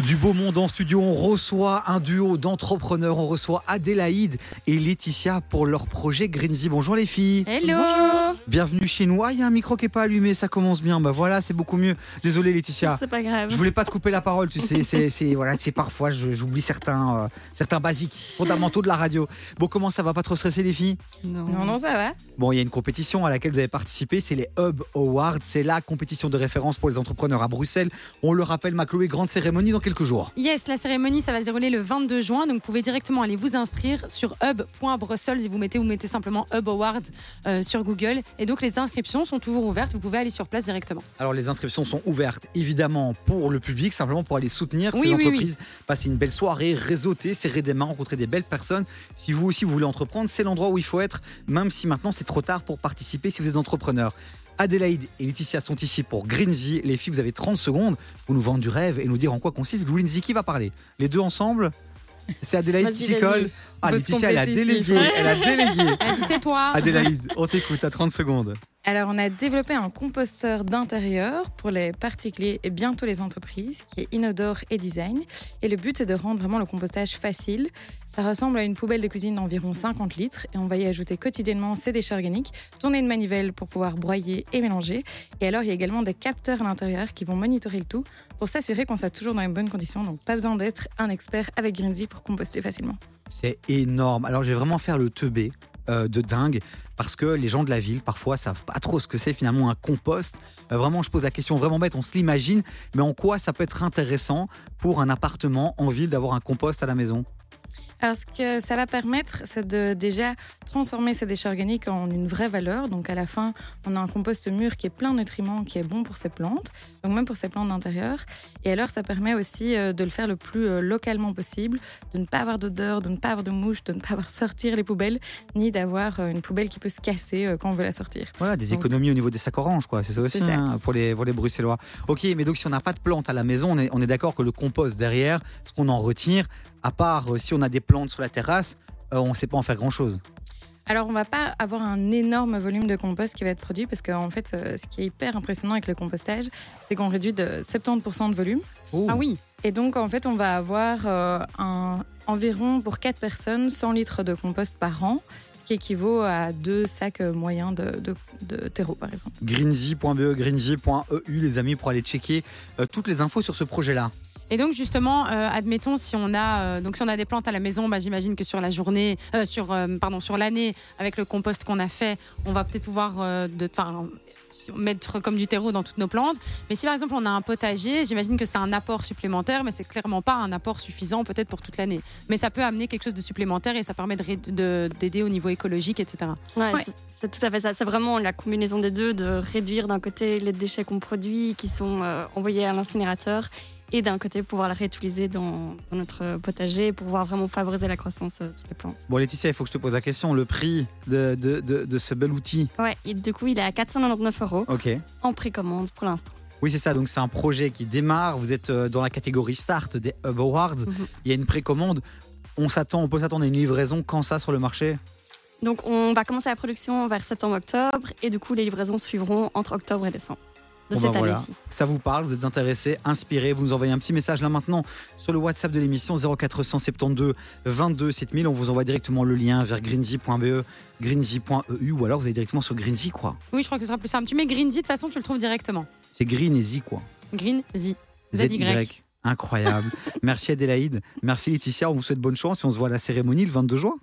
Du beau monde en studio, on reçoit un duo d'entrepreneurs, on reçoit Adélaïde et Laetitia pour leur projet Greenzy. Bonjour les filles. Hello. Bonjour. Bienvenue chez nous. Ah, il y a un micro qui n'est pas allumé, ça commence bien. Bah voilà, c'est beaucoup mieux. Désolé Laetitia. C'est pas grave. Je voulais pas te couper la parole, tu sais, c'est parfois j'oublie certains basiques fondamentaux de la radio. Bon, comment ça va, pas trop stressé les filles? Non, ça va. Bon, il y a une compétition à laquelle vous avez participé, c'est les Hub Awards, c'est la compétition de référence pour les entrepreneurs à Bruxelles. On le rappelle, Chloé, grande cérémonie dans quelques jours. Yes, la cérémonie, ça va se dérouler le 22 juin, donc vous pouvez directement aller vous inscrire sur hub.brussels et vous mettez simplement Hub Awards sur Google. Et donc les inscriptions sont toujours ouvertes, vous pouvez aller sur place directement. Alors les inscriptions sont ouvertes évidemment pour le public, simplement pour aller soutenir ces entreprises, passer une belle soirée, réseauter, serrer des mains, rencontrer des belles personnes. Si vous aussi vous voulez entreprendre, c'est l'endroit où il faut être, même si maintenant c'est trop tard pour participer si vous êtes entrepreneur. Adélaïde et Laetitia sont ici pour Greenzy. Les filles, vous avez 30 secondes pour nous vendre du rêve et nous dire en quoi consiste Greenzy. Qui va parler? Les deux ensemble? C'est Adélaïde qui s'y colle. Ah, Laetitia, elle a délégué. Elle a délégué. Elle dit c'est toi. Adélaïde, on t'écoute à 30 secondes. Alors, on a développé un composteur d'intérieur pour les particuliers et bientôt les entreprises, qui est inodore et design. Et le but, c'est de rendre vraiment le compostage facile. Ça ressemble à une poubelle de cuisine d'environ 50 litres et on va y ajouter quotidiennement ces déchets organiques, tourner une manivelle pour pouvoir broyer et mélanger. Et alors, il y a également des capteurs à l'intérieur qui vont monitorer le tout pour s'assurer qu'on soit toujours dans les bonnes conditions. Donc, pas besoin d'être un expert avec Greenzy pour composter facilement. C'est énorme. Alors, je vais vraiment faire le teubé de dingue. Parce que les gens de la ville, parfois, savent pas trop ce que c'est finalement un compost. Vraiment, je pose la question vraiment bête, on se l'imagine, mais en quoi ça peut être intéressant pour un appartement en ville d'avoir un compost à la maison? Alors, ce que ça va permettre, c'est de déjà transformer ces déchets organiques en une vraie valeur. Donc, à la fin, on a un compost mûr qui est plein de nutriments, qui est bon pour ces plantes, donc même pour ces plantes d'intérieur. Et alors, ça permet aussi de le faire le plus localement possible, de ne pas avoir d'odeur, de ne pas avoir de mouches, de ne pas avoir sortir les poubelles, ni d'avoir une poubelle qui peut se casser quand on veut la sortir. Voilà, des économies au niveau des sacs oranges, quoi. C'est ça aussi, pour les Bruxellois. Ok, mais donc si on n'a pas de plantes à la maison, on est d'accord que le compost derrière, ce qu'on en retire, à part si on a des plantes sur la terrasse, on ne sait pas en faire grand-chose. Alors, on ne va pas avoir un énorme volume de compost qui va être produit parce qu'en fait, ce qui est hyper impressionnant avec le compostage, c'est qu'on réduit de 70% de volume. Oh. Ah oui. Et donc, en fait, on va avoir environ pour 4 personnes 100 litres de compost par an, ce qui équivaut à 2 sacs moyens de terreau, par exemple. Greenzy.be, greenzy.eu, les amis, pour aller checker toutes les infos sur ce projet-là. Et donc justement, admettons si on a des plantes à la maison, j'imagine que sur la journée, sur l'année, avec le compost qu'on a fait, on va peut-être pouvoir mettre comme du terreau dans toutes nos plantes. Mais si par exemple on a un potager, j'imagine que c'est un apport supplémentaire, mais c'est clairement pas un apport suffisant peut-être pour toute l'année. Mais ça peut amener quelque chose de supplémentaire et ça permet d'aider au niveau écologique, etc. Ouais. C'est tout à fait ça. C'est vraiment la combinaison des deux, de réduire d'un côté les déchets qu'on produit, qui sont envoyés à l'incinérateur, et d'un côté pouvoir la réutiliser dans notre potager pour pouvoir vraiment favoriser la croissance de toutes les plantes. Bon Laetitia, il faut que je te pose la question, le prix de ce bel outil. Ouais, et du coup il est à 499 €. Ok. En précommande pour l'instant. Oui, c'est ça, donc c'est un projet qui démarre, vous êtes dans la catégorie Start des Hub Awards, Il y a une précommande, on peut s'attendre à une livraison, quand ça sur le marché? Donc on va commencer la production vers septembre-octobre et du coup les livraisons suivront entre octobre et décembre. Voilà. Ça vous parle, vous êtes intéressé, inspiré, vous nous envoyez un petit message là maintenant sur le WhatsApp de l'émission 0472 22 7000. On vous envoie directement le lien vers greenzy.be, greenzy.eu ou alors vous allez directement sur Greenzy, quoi. Oui, je crois que ce sera plus simple. Tu mets Greenzy, de toute façon tu le trouves directement. C'est Green et Z, quoi. Greenzy. ZY. Incroyable. Merci Adélaïde, merci Laetitia, on vous souhaite bonne chance et on se voit à la cérémonie le 22 juin.